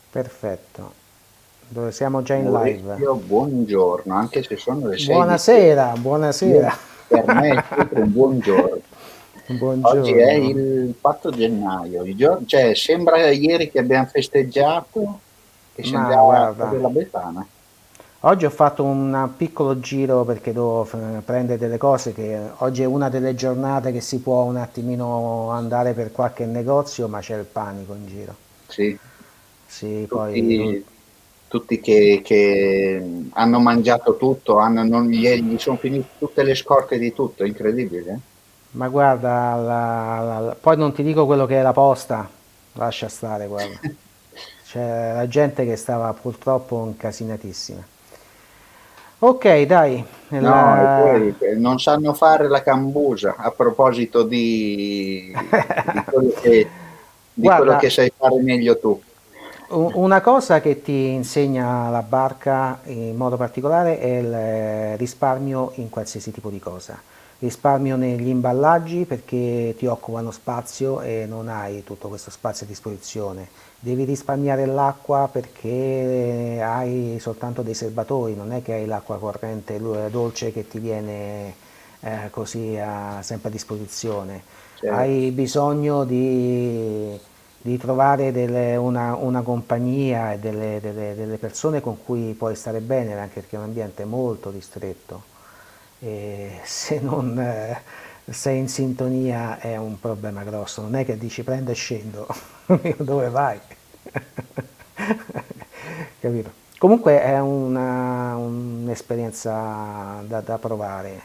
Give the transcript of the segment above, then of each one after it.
Perfetto. Dove siamo già in live. Maurizio, buongiorno, anche se sono le 6 di sera. Buonasera, buonasera. Io, per me è sempre un buongiorno. Oggi è Buongiorno. il 4 gennaio, cioè sembra ieri che abbiamo festeggiato e siamo già Ma a guarda, della Befana. oggi ho fatto un piccolo giro perché devo prendere delle cose che oggi è una delle giornate che si può un attimino andare per qualche negozio, ma c'è il panico in giro. Sì, Sì, poi tutti, tutti che hanno mangiato tutto, gli sono finite tutte le scorte di tutto, incredibile. ma guarda, poi non ti dico quello che è la posta, lascia stare, guarda. C'è la gente che stava purtroppo incasinatissima. Ok, dai, No, e poi non sanno fare la cambusa a proposito di di quello che guarda, sai fare meglio tu. una cosa che ti insegna la barca in modo particolare è il risparmio in qualsiasi tipo di cosa. Risparmio negli imballaggi perché ti occupano spazio e non hai tutto questo spazio a disposizione. Devi risparmiare l'acqua perché hai soltanto dei serbatoi, non è che hai l'acqua corrente dolce che ti viene così sempre a disposizione. Cioè, Hai bisogno di trovare una compagnia e delle persone con cui puoi stare bene, anche perché è un ambiente molto ristretto e se non sei in sintonia è un problema grosso, non è che dici prendo e scendo, dove vai? Capito? Comunque è un'esperienza da provare.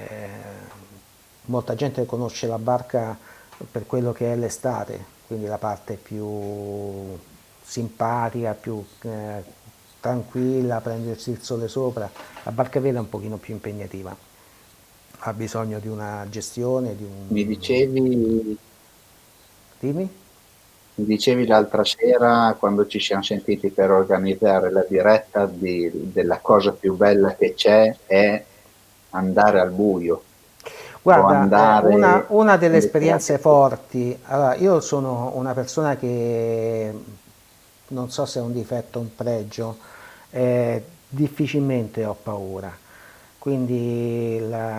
Molta gente conosce la barca per quello che è l'estate, quindi la parte più simpatica, più tranquilla, prendersi il sole sopra. La barca a vela è un pochino più impegnativa, ha bisogno di una gestione, di mi un... dicevi, Dimmi? mi dicevi l'altra sera, quando ci siamo sentiti per organizzare la diretta, della cosa più bella che c'è è andare al buio o Guarda, andare una delle nelle esperienze creature. forti, allora io sono una persona che non so se è un difetto o un pregio, difficilmente ho paura. Quindi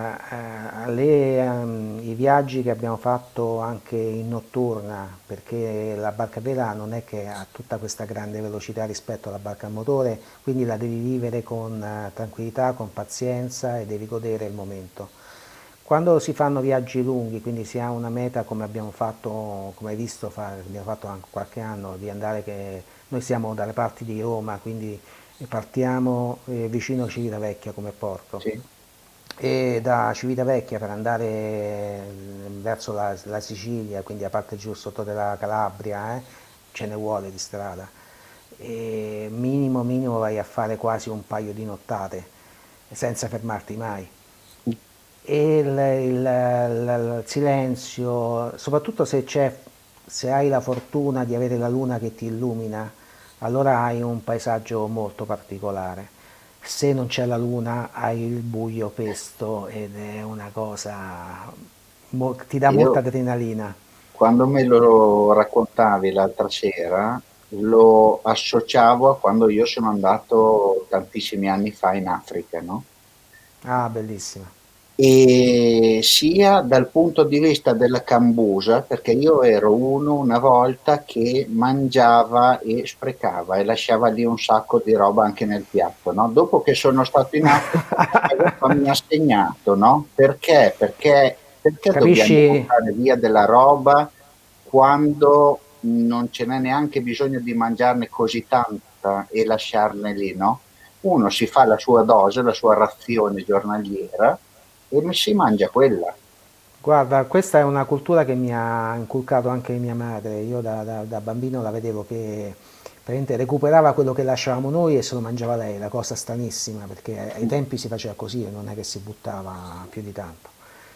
i viaggi che abbiamo fatto anche in notturna, perché la barca a vela non è che ha tutta questa grande velocità rispetto alla barca a motore, quindi la devi vivere con tranquillità, con pazienza e devi godere il momento. Quando si fanno viaggi lunghi, quindi si ha una meta come abbiamo fatto, come hai visto, abbiamo fatto anche qualche anno, di andare che noi siamo dalle parti di Roma, quindi partiamo vicino Civitavecchia come porto Sì, e da Civitavecchia per andare verso la Sicilia, quindi a parte giù sotto della Calabria, ce ne vuole di strada. E minimo vai a fare quasi un paio di nottate senza fermarti mai e il silenzio, soprattutto se hai la fortuna di avere la luna che ti illumina, allora hai un paesaggio molto particolare. Se non c'è la luna hai il buio pesto ed è una cosa, ti dà molta io adrenalina. quando me lo raccontavi l'altra sera, lo associavo a quando io sono andato tantissimi anni fa in Africa, no? Ah, bellissima. E sia dal punto di vista della cambusa, perché io ero uno una volta che mangiava e sprecava e lasciava lì un sacco di roba anche nel piatto, no? Dopo che sono stato in Africa, questa cosa mi ha segnato, no? Perché? Perché dobbiamo Capisci? buttare via della roba quando non ce n'è neanche bisogno di mangiarne così tanta e lasciarne lì, no? Uno si fa la sua dose, la sua razione giornaliera e mi si mangia quella. Guarda, questa è una cultura che mi ha inculcato anche mia madre. Io da bambino la vedevo che praticamente recuperava quello che lasciavamo noi e se lo mangiava lei, la cosa stranissima, perché ai tempi si faceva così e non è che si buttava più di tanto.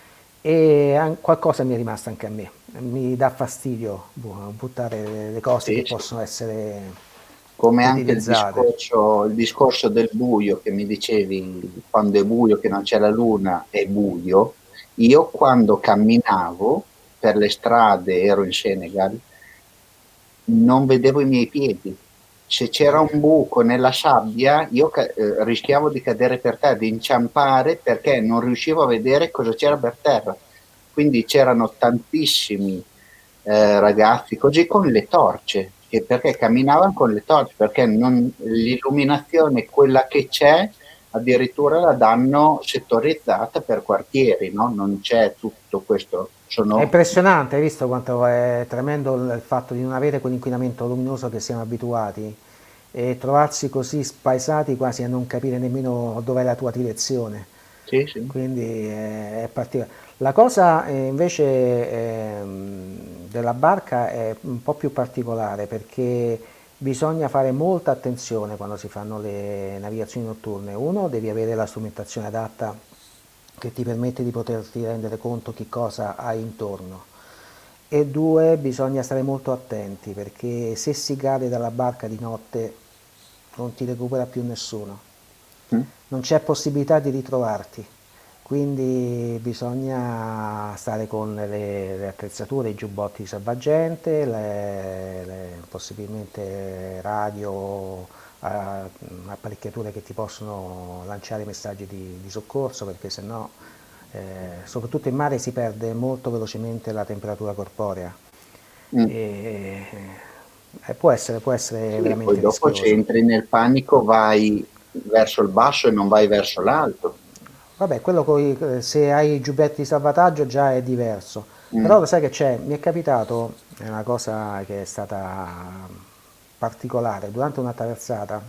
E qualcosa mi è rimasto anche a me. Mi dà fastidio buttare le cose che Sì, sì. possono essere Come anche utilizzate. il discorso del buio che mi dicevi, quando è buio, che non c'è la luna, è buio. Io quando camminavo per le strade, ero in Senegal, non vedevo i miei piedi. se c'era un buco nella sabbia, io rischiavo di cadere per terra, di inciampare perché non riuscivo a vedere cosa c'era per terra. Quindi c'erano tantissimi ragazzi così con le torce, perché camminavano con le torce, perché l'illuminazione, quella che c'è, addirittura la danno settorizzata per quartieri, no? Non c'è tutto questo. È Sono impressionante, hai visto quanto è tremendo il fatto di non avere quell'inquinamento luminoso che siamo abituati e trovarsi così spaesati quasi a non capire nemmeno dov'è la tua direzione. sì, sì. Quindi è particolare. La cosa invece della barca è un po' più particolare perché bisogna fare molta attenzione quando si fanno le navigazioni notturne. Uno, devi avere la strumentazione adatta che ti permette di poterti rendere conto che cosa hai intorno. E due, bisogna stare molto attenti perché se si cade dalla barca di notte non ti recupera più nessuno, Mm. non c'è possibilità di ritrovarti, quindi bisogna stare con le attrezzature, i giubbotti di salvagente, possibilmente radio, apparecchiature che ti possono lanciare messaggi di soccorso perché sennò soprattutto in mare si perde molto velocemente la temperatura corporea Mm. e può essere Sì, poi veramente dopo se rischioso. entri nel panico vai verso il basso e non vai verso l'alto. Vabbè, se hai i giubbetti di salvataggio già è diverso, però Mm. lo sai che c'è? Mi è capitato, è una cosa che è stata particolare, durante una traversata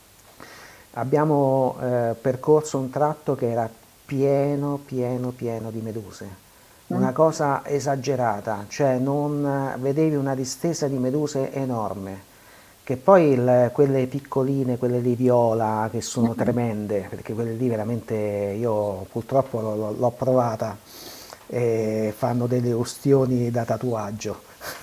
abbiamo percorso un tratto che era pieno di meduse, Mm. una cosa esagerata, cioè non vedevi una distesa di meduse enorme, che poi quelle piccoline, quelle di viola, che sono Mm. tremende, perché quelle lì veramente io purtroppo l'ho provata, e fanno delle ustioni da tatuaggio,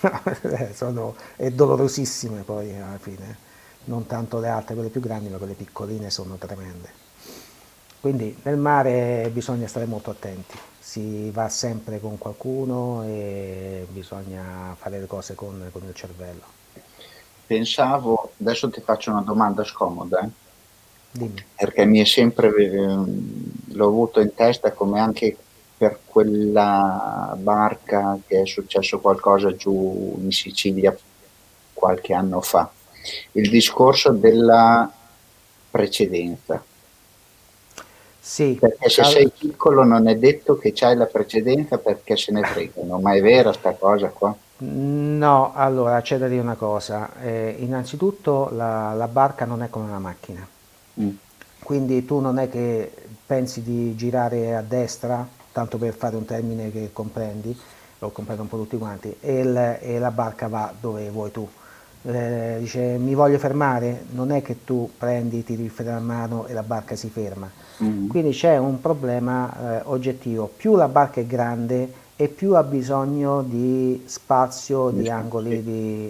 è dolorosissime poi alla fine, non tanto le altre, quelle più grandi, ma quelle piccoline sono tremende. Quindi nel mare bisogna stare molto attenti, si va sempre con qualcuno e bisogna fare le cose con il cervello. Pensavo, adesso ti faccio una domanda scomoda, Dimmi. perché mi è sempre, l'ho avuto in testa come anche per quella barca che è successo qualcosa giù in Sicilia qualche anno fa. Il discorso della precedenza. Sì, Perché se sei piccolo non è detto che c'hai la precedenza perché se ne fregano, ma è vera sta cosa qua? no, allora c'è da dire una cosa. Innanzitutto la barca non è come una macchina, Mm. quindi tu non è che pensi di girare a destra, tanto per fare un termine che comprendi, lo comprendono un po' tutti quanti, e la barca va dove vuoi tu. Dice mi voglio fermare, non è che tu prendi, tiri il freno a mano e la barca si ferma. Mm. Quindi c'è un problema oggettivo, più la barca è grande e più ha bisogno di spazio, di angoli Sì.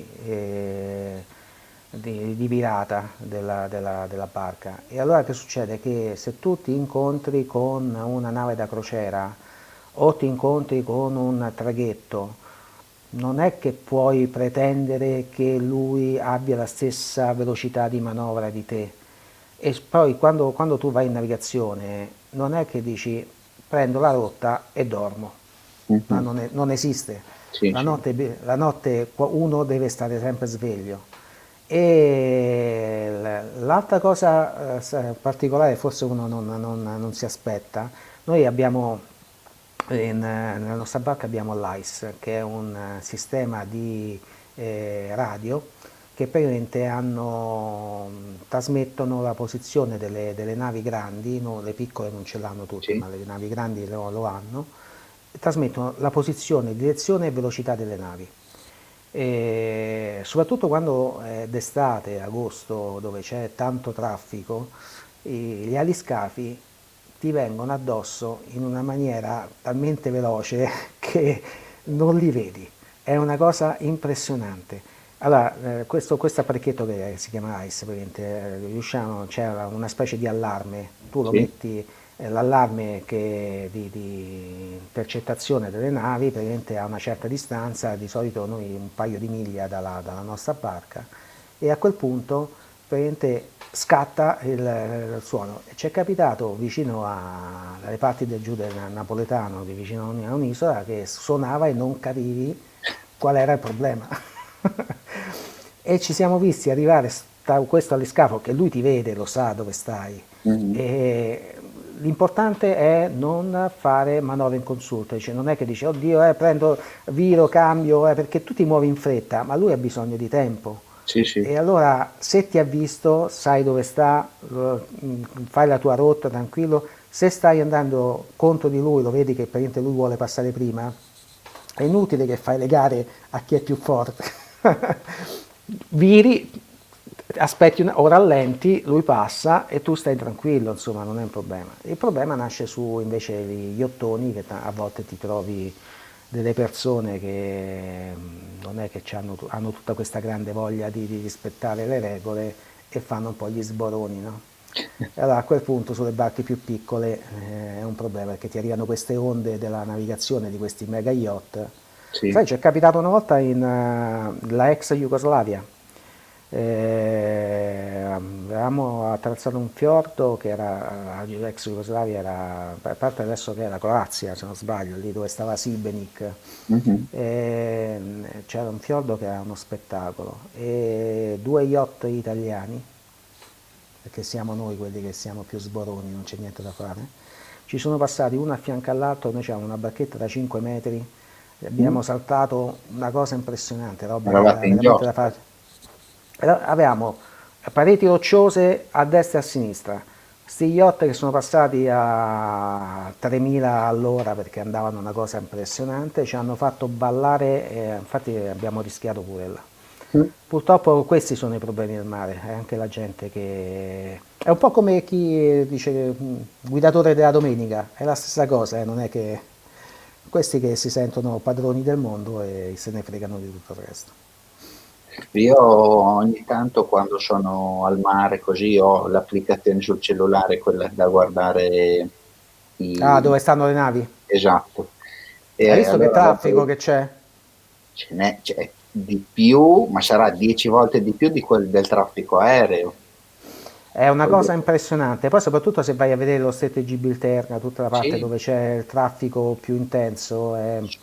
di virata della barca. E allora che succede? Che se tu ti incontri con una nave da crociera o ti incontri con un traghetto, non è che puoi pretendere che lui abbia la stessa velocità di manovra di te. E poi quando tu vai in navigazione non è che dici prendo la rotta e dormo, ma Mhm. non esiste. Sì, sì. La notte uno deve stare sempre sveglio. E l'altra cosa particolare, forse uno non si aspetta, noi abbiamo nella nostra barca abbiamo l'ICE, che è un sistema di radio che praticamente trasmettono la posizione delle navi grandi, le piccole non ce l'hanno tutte, Sì. ma le navi grandi lo hanno, e trasmettono la posizione, direzione e velocità delle navi. E soprattutto quando è d'estate, agosto, dove c'è tanto traffico, gli aliscafi ti vengono addosso in una maniera talmente veloce che non li vedi. È una cosa impressionante. Allora, questo apparecchietto che si chiama ICE, c'è una specie di allarme, tu lo Sì. metti, l'allarme di intercettazione delle navi, praticamente a una certa distanza, di solito noi un paio di miglia dalla nostra barca, e a quel punto praticamente scatta il suono. E ci è capitato vicino alle parti del giù del napoletano, di vicino a un'isola, che suonava e non capivi qual era il problema. E ci siamo visti arrivare questo all'escafo, che lui ti vede, lo sa dove stai. Mhm. E l'importante è non fare manovre inconsulte, cioè non è che dici oddio prendo, viro, cambio, perché tu ti muovi in fretta, ma lui ha bisogno di tempo. Sì, sì. E allora se ti ha visto, sai dove sta, fai la tua rotta tranquillo, se stai andando contro di lui, lo vedi che praticamente lui vuole passare prima, è inutile che fai le gare a chi è più forte. Viri, aspetti o rallenti, lui passa e tu stai tranquillo, insomma non è un problema. Il problema nasce su invece gli ottoni, che a volte ti trovi delle persone che non è che hanno tutta questa grande voglia di rispettare le regole e fanno un po' gli sboroni, no? E allora a quel punto sulle barche più piccole è un problema perché ti arrivano queste onde della navigazione di questi mega yacht. Sì. Sai, ci è capitato una volta in la ex Jugoslavia. Avevamo attraversato un fiordo che era, l'ex Jugoslavia era, a parte adesso che è la Croazia, se non sbaglio, lì dove stava Sibenik. Mhm. C'era un fiordo che era uno spettacolo e due yacht italiani, perché siamo noi quelli che siamo più sboroni, non c'è niente da fare. Ci sono passati uno a fianco all'altro, noi avevamo una barchetta da 5 metri, Mm. abbiamo saltato una cosa impressionante, roba che Eravate era in veramente da gioco. fare. Avevamo pareti rocciose a destra e a sinistra, sti yacht che sono passati a 3000 all'ora perché andavano una cosa impressionante, ci hanno fatto ballare, infatti abbiamo rischiato pure là. Mm. Purtroppo questi sono i problemi del mare, è anche la gente che... È un po' come chi dice guidatore della domenica, è la stessa cosa, non è che... Questi che si sentono padroni del mondo e se ne fregano di tutto il resto. Io ogni tanto quando sono al mare così ho l'applicazione sul cellulare, quella da guardare Ah, i... dove stanno le navi? Esatto. Hai E visto che allora traffico dopo che c'è? c'è di più, ma sarà 10 volte di più di quel del traffico aereo. È una Voglio cosa dire. impressionante, poi soprattutto se vai a vedere lo stretto di Gibilterra, tutta la parte Sì, dove c'è il traffico più intenso,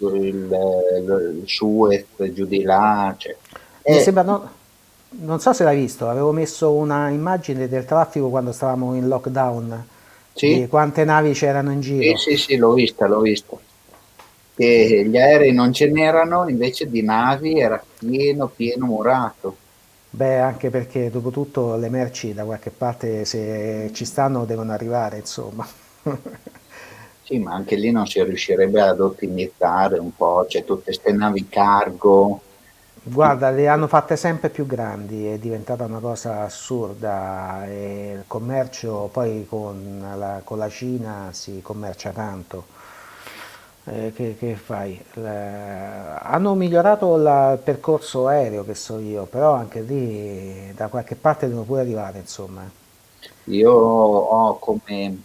il Suez, giù di là, cioè. mi E, sembra, non so se l'hai visto, avevo messo una immagine del traffico quando stavamo in lockdown, sì, di quante navi c'erano in sì, giro. sì, sì, l'ho vista, l'ho vista. Che gli aerei non ce n'erano, invece di navi era pieno, pieno murato. Beh, anche perché dopo tutto le merci da qualche parte se ci stanno devono arrivare, insomma. Sì, ma anche lì non si riuscirebbe ad ottimizzare un po', c'è tutte queste navi cargo, Guarda, le hanno fatte sempre più grandi, è diventata una cosa assurda e il commercio poi con la Cina si commercia tanto. Che fai? Hanno migliorato il percorso aereo, che so io, però anche lì da qualche parte devono pure arrivare, insomma. io ho come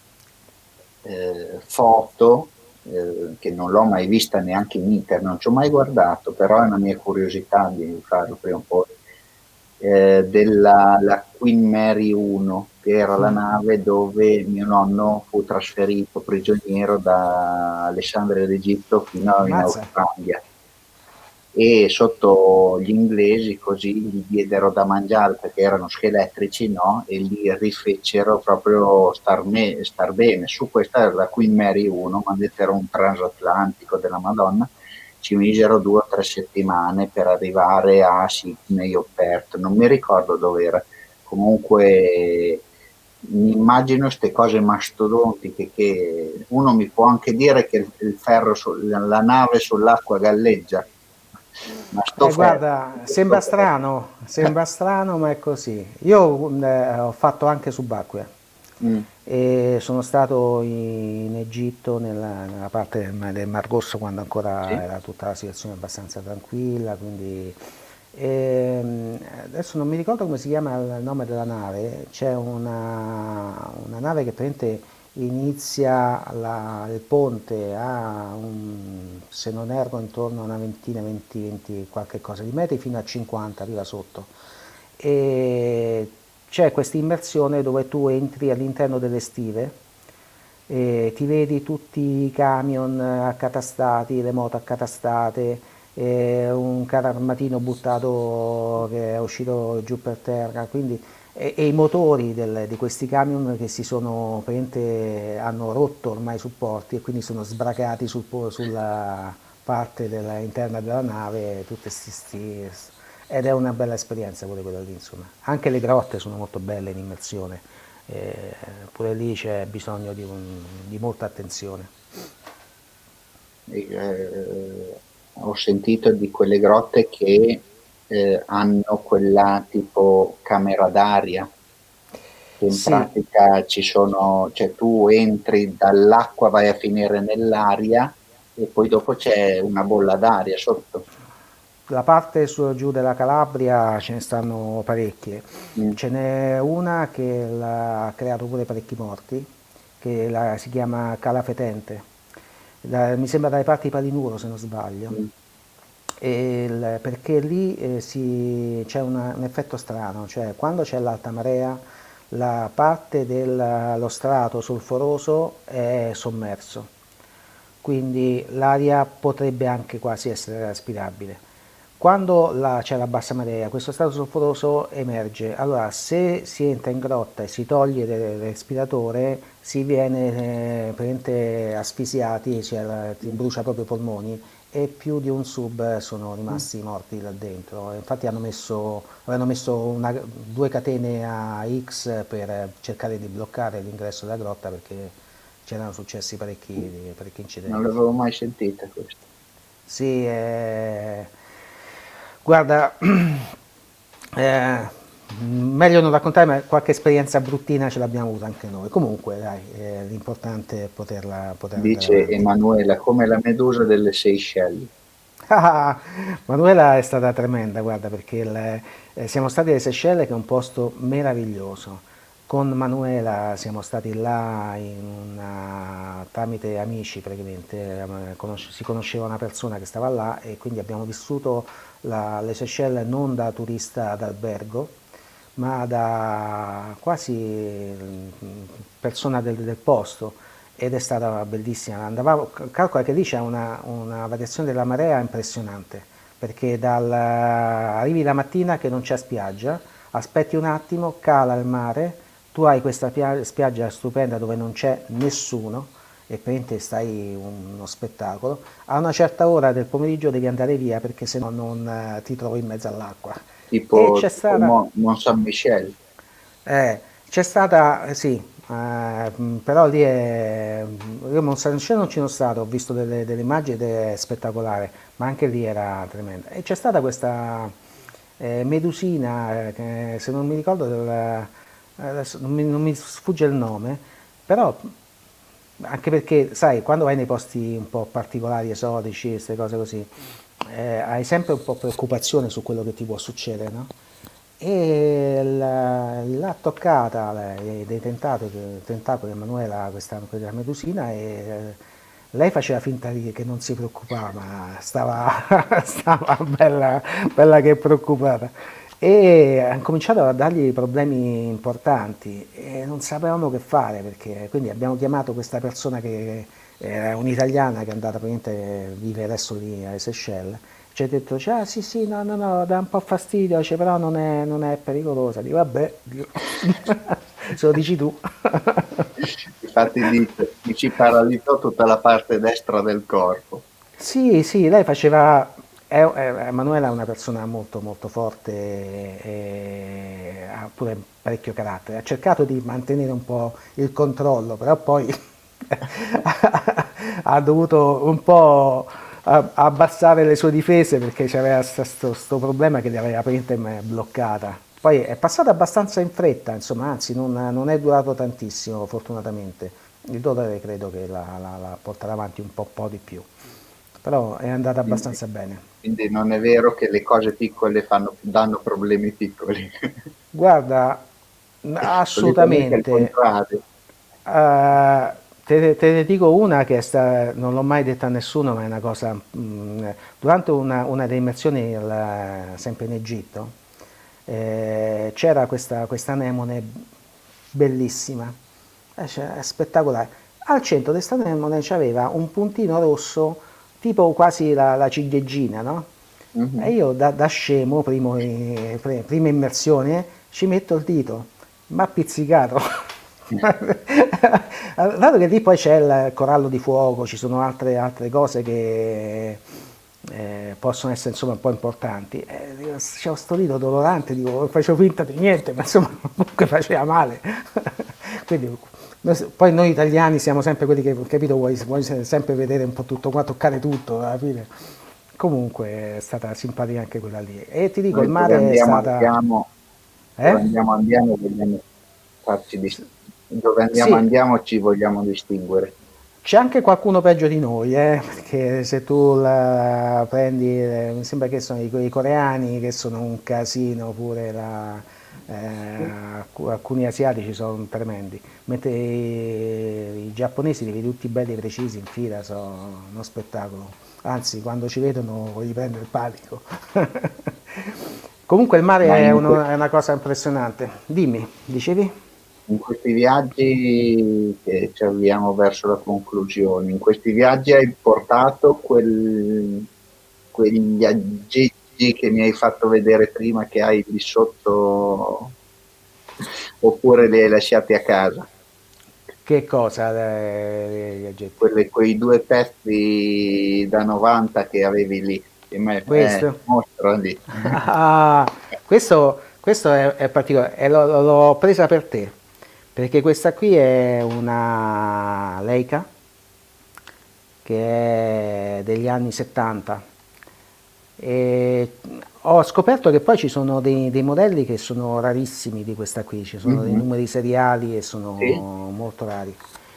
foto, che non l'ho mai vista neanche in internet, non ci ho mai guardato, però è una mia curiosità di farlo prima o poi, della la Queen Mary 1, che era la nave dove mio nonno fu trasferito prigioniero da Alessandria d'Egitto fino in Ammazza. Australia e sotto gli inglesi così gli diedero da mangiare perché erano scheletrici, no? E li rifecero proprio star bene. Su questa era la Queen Mary 1, mi hanno detto era un transatlantico della Madonna, ci misero 2 o 3 settimane per arrivare a Sydney o Perth, non mi ricordo dove era. Comunque mi immagino queste cose mastodontiche che uno mi può anche dire che il ferro, la nave sull'acqua galleggia, ma sto fermo. Guarda, sembra strano, ma è così. Io ho fatto anche subacquea Mm, e sono stato in Egitto, nella parte del Mar Rosso, quando ancora sì, era tutta la situazione abbastanza tranquilla, quindi adesso non mi ricordo come si chiama il nome della nave, c'è una nave che praticamente inizia il ponte se non erro intorno a una ventina, 20, 20 qualche cosa di metri fino a 50, arriva sotto e c'è questa immersione dove tu entri all'interno delle stive e ti vedi tutti i camion accatastati, le moto accatastate, un carro armatino buttato che è uscito giù per terra, quindi, e i motori di questi camion che hanno rotto ormai i supporti e quindi sono sbracati sulla parte interna della nave, ed è una bella esperienza pure quella lì, insomma. Anche le grotte sono molto belle in immersione, pure lì c'è bisogno di molta attenzione. Ho sentito di quelle grotte che hanno quella tipo camera d'aria, che in Sì, pratica ci sono, cioè tu entri dall'acqua, vai a finire nell'aria e poi dopo c'è una bolla d'aria sotto. la parte giù della Calabria ce ne stanno parecchie. Mm, Ce n'è una che ha creato pure parecchi morti, che si chiama Calafetente. Mi sembra dalle parti di Palinuro se non sbaglio. mm, Perché lì c'è un effetto strano, cioè quando c'è l'alta marea la parte dello strato solforoso è sommerso, quindi l'aria potrebbe anche quasi essere respirabile. Quando c'è la bassa marea, questo strato solforoso emerge. Allora, se si entra in grotta e si toglie il respiratore, si viene praticamente asfisiati, cioè, ti brucia proprio i polmoni e più di un sub sono mm. rimasti morti là dentro. Infatti avevano messo due catene a X per cercare di bloccare l'ingresso della grotta perché c'erano successi parecchi Non incidenti. l'avevo mai sentita questa. Sì, guarda, meglio non raccontare, ma qualche esperienza bruttina ce l'abbiamo avuta anche noi. Comunque, dai, l'importante è poter andare Dice avanti. Emanuela, come la medusa delle Seychelles. Ah, Manuela è stata tremenda, guarda, perché siamo stati alle Seychelles, che è un posto meraviglioso. Con Manuela siamo stati là tramite amici praticamente, si conosceva una persona che stava là e quindi abbiamo vissuto le Seychelles non da turista d'albergo, ma da quasi persona del posto ed è stata bellissima. Calcola che lì c'è una variazione della marea impressionante, perché arrivi la mattina che non c'è spiaggia, aspetti un attimo, cala il mare, tu hai questa spiaggia stupenda dove non c'è nessuno e praticamente stai uno spettacolo. A una certa ora del pomeriggio devi andare via perché sennò non ti trovi in mezzo all'acqua. E Tipo, tipo Mont Saint-Michel. eh, c'è stata, sì, però lì io a Mont Saint-Michel non ci sono stato, ho visto delle immagini ed è spettacolare, ma anche lì era tremenda. E c'è stata questa medusina, che se non mi ricordo, adesso non mi sfugge il nome, però anche perché, sai, quando vai nei posti un po' particolari, esotici, queste cose così, hai sempre un po' preoccupazione su quello che ti può succedere, no? E l'ha toccata dei tentacoli Emanuela, quella medusina, e lei faceva finta che non si preoccupava, ma stava bella, bella che preoccupata. E ha cominciato a dargli problemi importanti e non sapevamo che fare perché quindi abbiamo chiamato questa persona che era un'italiana che è andata praticamente vive adesso lì alle Seychelles. Ci ha detto, ah sì sì, no, no, no, dà un po' fastidio, però non è pericolosa. Dico, vabbè, se lo dici tu. Infatti dici paralizzò tutta la parte destra del corpo. Sì, sì, lei faceva. Emanuela è una persona molto, molto forte e ha pure parecchio carattere. Ha cercato di mantenere un po' il controllo, però poi ha dovuto un po' abbassare le sue difese perché c'aveva questo problema che li aveva praticamente bloccata. Poi è passata abbastanza in fretta, insomma, anzi non è durato tantissimo, fortunatamente. Il dolore credo che la porterà avanti un po' di più, però è andata Quindi, abbastanza bene. quindi non è vero che le cose piccole danno problemi piccoli. Guarda, Solitamente è il assolutamente. contrario. Eh, te ne dico una che non l'ho mai detta a nessuno, ma è una cosa. Durante una delle immersioni sempre in Egitto, c'era questa anemone bellissima, è spettacolare. Al centro di questa anemone c'aveva un puntino rosso, tipo quasi la ciliegina, no? E Mhm. io da scemo, prima immersione, ci metto il dito, ma pizzicato. Dato che lì poi c'è il corallo di fuoco, ci sono altre cose che possono essere insomma un po' importanti. C'è sto dito dolorante, dico, facevo finta di niente, ma insomma comunque faceva male. Quindi, poi noi italiani siamo sempre quelli che, capito, vuoi sempre vedere un po' tutto qua, toccare tutto alla fine. Comunque è stata simpatica anche quella lì. E ti dico, il Noi dove mare è stata... dove Eh? andiamo vogliamo dove Sì, andiamo ci vogliamo distinguere. c'è anche qualcuno peggio di noi, perché se tu la prendi, mi sembra che sono i coreani che sono un casino, pure alcuni asiatici sono tremendi, mentre i giapponesi li vedi tutti belli precisi in fila, sono uno spettacolo, anzi quando ci vedono gli prende il panico. Comunque il mare Ma è in, que- è una cosa impressionante. Dimmi, dicevi? in questi viaggi che ci avviamo verso la conclusione, in questi viaggi hai portato quegli aggeggi che mi hai fatto vedere prima che hai lì sotto oppure li hai lasciati a casa? Che cosa, gli oggetti? Quei due pezzi da 90 che avevi lì, Questo? mostrali. Ah, questo è particolare e l'ho presa per te, perché questa qui è una Leica che è degli anni 70 e ho scoperto che poi ci sono dei modelli che sono rarissimi di questa qui, ci sono dei Mhm. numeri seriali e Sì, sono molto rari.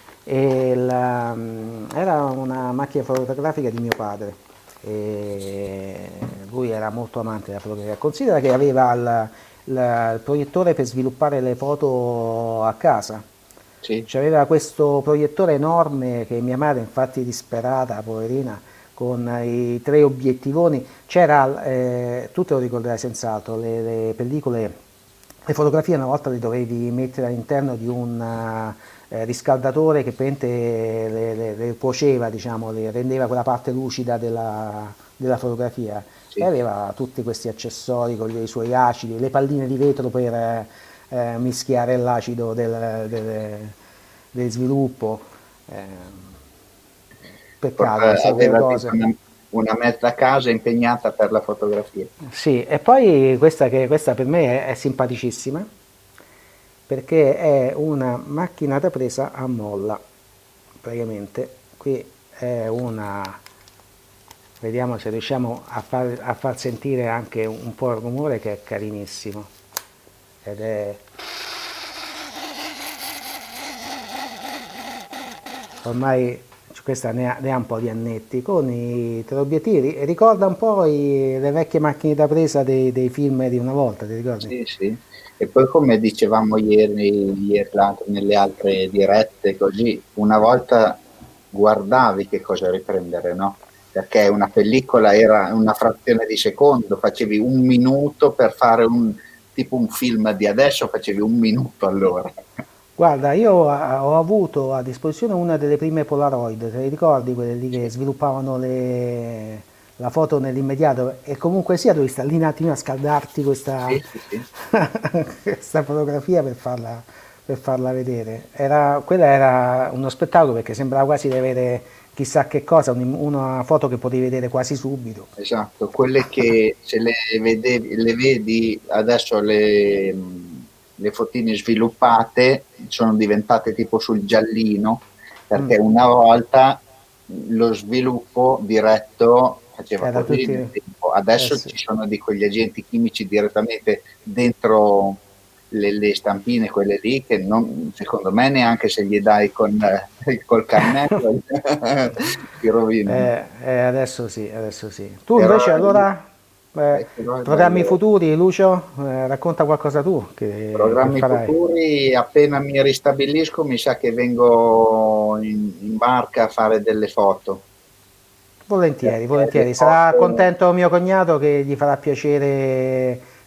Era una macchina fotografica di mio padre e lui era molto amante della fotografia. Considera che aveva il proiettore per sviluppare le foto a casa. sì, C'aveva questo proiettore enorme che mia madre, infatti disperata, poverina, con i tre obiettivoni, c'era, tu te lo ricorderai senz'altro, le pellicole, le fotografie una volta le dovevi mettere all'interno di un riscaldatore che praticamente le cuoceva, diciamo, le rendeva quella parte lucida della fotografia e sì. aveva tutti questi accessori con i suoi acidi, le palline di vetro per mischiare l'acido del sviluppo. Eh, peccato, sai che Aveva tipo cose. una mezza casa impegnata per la fotografia. Sì, e poi questa per me è simpaticissima perché è una macchina da presa a molla, praticamente. Qui è una, vediamo se riusciamo a far sentire anche un po' il rumore che è carinissimo. Ed è ormai questa ne ha un po' di annetti, con i teleobiettivi, ricorda un po' le vecchie macchine da presa dei film di una volta, ti ricordi? Sì, sì. E poi come dicevamo ieri l'altro, nelle altre dirette, così, una volta guardavi che cosa riprendere, no? Perché una pellicola era una frazione di secondo, facevi un minuto per fare tipo un film di adesso, facevi un minuto all'ora. Guarda, io ho avuto a disposizione una delle prime Polaroid, te li ricordi quelle lì che Sì, sviluppavano la foto nell'immediato e comunque sia dovevi stare lì un attimino a scaldarti questa, sì, sì, sì. questa fotografia per farla vedere. Quella era uno spettacolo perché sembrava quasi di avere chissà che cosa, una foto che potevi vedere quasi subito. Esatto, quelle che se le vedi adesso le fotine sviluppate sono diventate tipo sul giallino, perché una volta lo sviluppo diretto faceva Era così tutti... nel tempo, adesso sì. ci sono di quegli agenti chimici direttamente dentro le stampine, quelle lì, che non, secondo me neanche se gli dai col cannello si rovinano. Adesso sì, adesso sì. Tu Però invece allora, però è programmi bello. futuri, Lucio? Racconta qualcosa tu che Programmi farai. futuri, appena mi ristabilisco, mi sa che vengo in barca a fare delle foto. Volentieri, Perché le volentieri. Sarà foto, contento mio cognato che gli farà piacere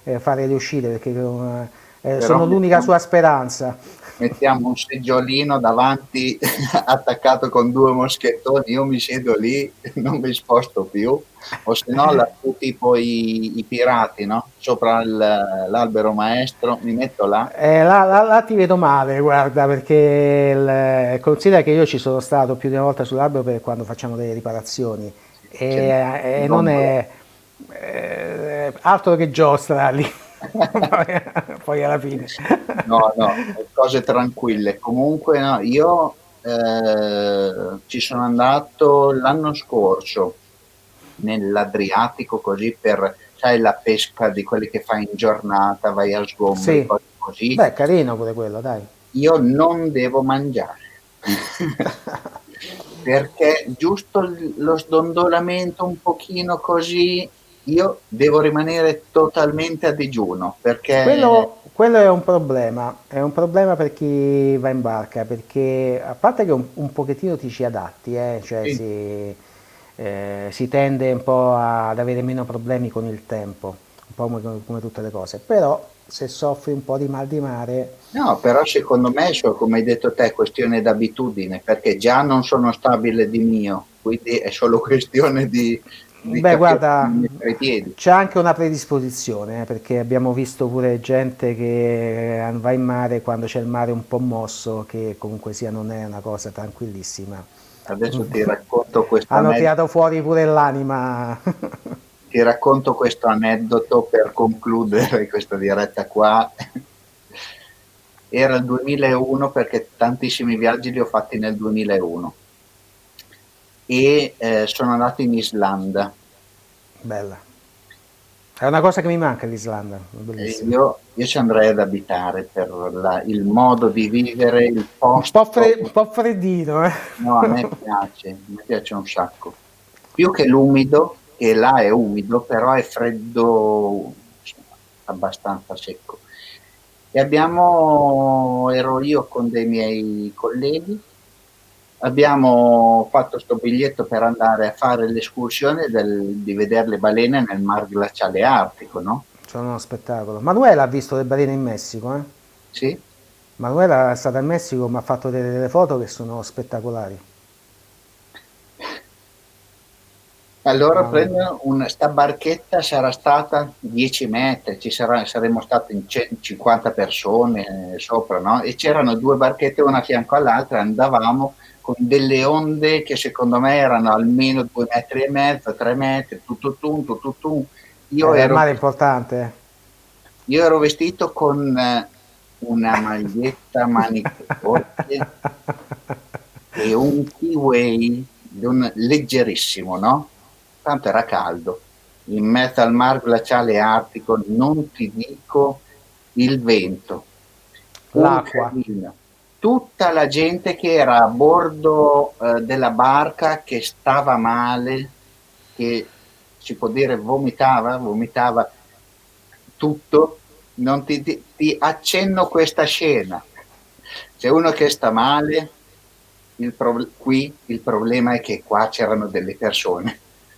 fare le uscite perché Però sono l'unica sua speranza. mettiamo un seggiolino davanti attaccato con due moschettoni, io mi siedo lì, non mi sposto più, o se no lassù tipo i pirati, no? Sopra l'albero maestro, mi metto là. Là ti vedo male, guarda, perché considera che io ci sono stato più di una volta sull'albero per quando facciamo delle riparazioni C'è e non gondola. è altro che giostra lì, poi, poi alla fine. No, no, cose tranquille. Comunque, no, io ci sono andato l'anno scorso nell'Adriatico così per, sai, la pesca di quelli che fai in giornata, vai a sgombri, Sì, cose così. beh, carino pure quello, dai. Io non devo mangiare. Perché giusto lo sdondolamento un pochino così, io devo rimanere totalmente a digiuno, perché Quello è un problema per chi va in barca, perché a parte che un pochettino ti ci adatti, cioè sì. si tende un po' ad avere meno problemi con il tempo, un po' come tutte le cose, però se soffri un po' di mal di mare. No, però secondo me, come hai detto te, è questione d'abitudine, perché già non sono stabile di mio, quindi è solo questione di Beh, capire come guarda, mettere i piedi. c'è anche una predisposizione, perché abbiamo visto pure gente che va in mare quando c'è il mare un po' mosso, che comunque sia non è una cosa tranquillissima. Adesso ti racconto questo Hanno aneddoto. tirato fuori pure l'anima. Ti racconto questo aneddoto per concludere questa diretta qua. Era il 2001 perché tantissimi viaggi li ho fatti nel 2001 e sono andato in Islanda. Bella. È una cosa che mi manca l'Islanda, è E bellissima. io ci andrei ad abitare per il modo di vivere, il posto. Un po' freddino, eh. No, a me piace un sacco. Più che l'umido, che là è umido, però è freddo, abbastanza secco. E ero io con dei miei colleghi, abbiamo fatto sto biglietto per andare a fare l'escursione di vedere le balene nel mar glaciale artico, no? Sono uno spettacolo. Manuela ha visto le balene in Messico, eh. Sì? Manuela è stata in Messico, mi ha fatto delle foto che sono spettacolari. Allora Ah, prendo sta barchetta, sarà stata 10 metri, saremmo stati in 50 persone sopra, no? E c'erano due barchette una a fianco all'altra, andavamo con delle onde che secondo me erano almeno 2 metri e mezzo, 3 metri, tutto tutto. Io il ero, mare è importante. io ero vestito con una maglietta a maniche corte e un kiwi leggerissimo, no? Tanto era caldo, in mezzo al mar glaciale artico, non ti dico il vento, un L'acqua. casino. Tutta la gente che era a bordo della barca, che stava male, che si può dire vomitava tutto, non ti accenno questa scena. C'è uno che sta male, qui il problema è che qua c'erano delle persone.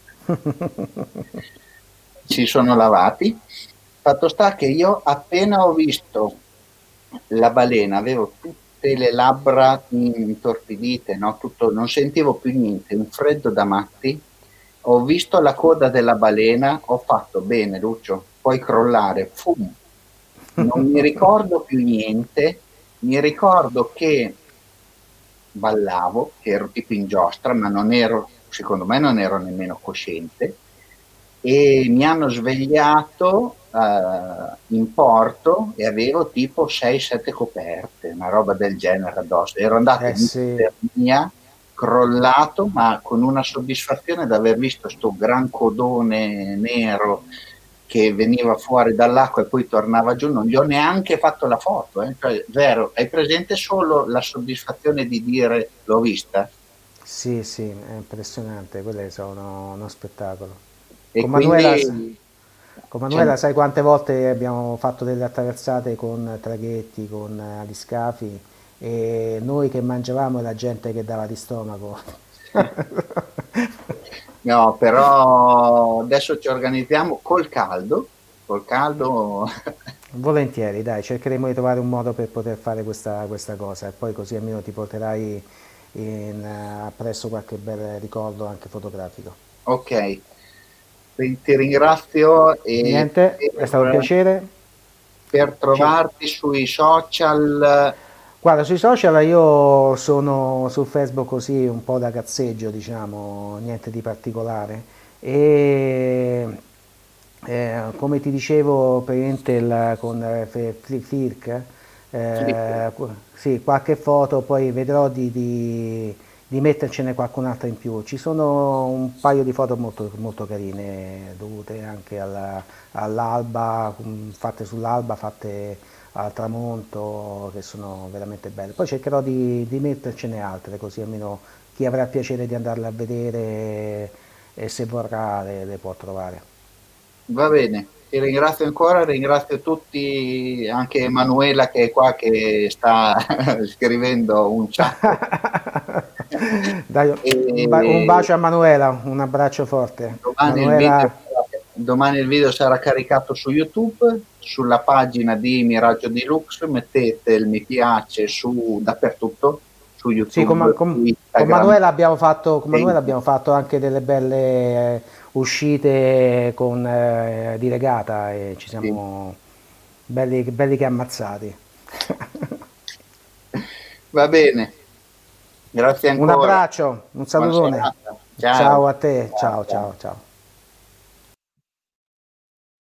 Si sono lavati. Fatto sta che io appena ho visto la balena, avevo tutte le labbra intorpidite, no? Tutto, non sentivo più niente, un freddo da matti. Ho visto la coda della balena, ho fatto bene, Lucio, puoi crollare, fum. Non mi ricordo più niente, mi ricordo che ballavo, che ero tipo in giostra, ma non ero, secondo me non ero nemmeno cosciente, e mi hanno svegliato in porto e avevo tipo 6-7 coperte, una roba del genere addosso. Ero andato Eh in sì. ipotermia, crollato, ma con una soddisfazione di aver visto sto gran codone nero che veniva fuori dall'acqua e poi tornava giù, non gli ho neanche fatto la foto, cioè, zero. Hai presente solo la soddisfazione di dire l'ho vista? Sì, sì, è impressionante, quelle sono uno spettacolo. E Con quindi Manuela, con cioè, Manuela sai quante volte abbiamo fatto delle attraversate con traghetti, con aliscafi e noi che mangiavamo e la gente che dava di stomaco. no, però adesso ci organizziamo col caldo, col caldo. Volentieri, dai, cercheremo di trovare un modo per poter fare questa cosa e poi così almeno ti porterai appresso qualche bel ricordo anche fotografico. Ok, ti ringrazio e Niente, è stato un piacere. per Ci- trovarti sui social. Guarda, sui social io sono su Facebook così un po' da cazzeggio, diciamo, niente di particolare. E come ti dicevo, praticamente con Firk, sì, qualche foto, poi vedrò di mettercene qualcun'altra in più. Ci sono un paio di foto molto, molto carine, dovute anche all'alba, fatte sull'alba, fatte al tramonto, che sono veramente belle. Poi cercherò di mettercene altre, così almeno chi avrà piacere di andarle a vedere e se vorrà le può trovare. Va bene, ti ringrazio ancora, ringrazio tutti, anche Emanuela che è qua che sta scrivendo un chat. Dai, un E bacio a Manuela, un abbraccio forte. domani Manuela, domani il video sarà caricato su YouTube, sulla pagina di Miraggio Deluxe, mettete il mi piace dappertutto, su sì, YouTube, su con Instagram. Manuela con Manuela abbiamo fatto anche delle belle uscite di regata e ci Sì. siamo belli, belli che ammazzati. Va bene, grazie Un ancora. abbraccio, un Buona salutone. serata. Ciao. Ciao a te, Ciao, ciao ciao. ciao ciao.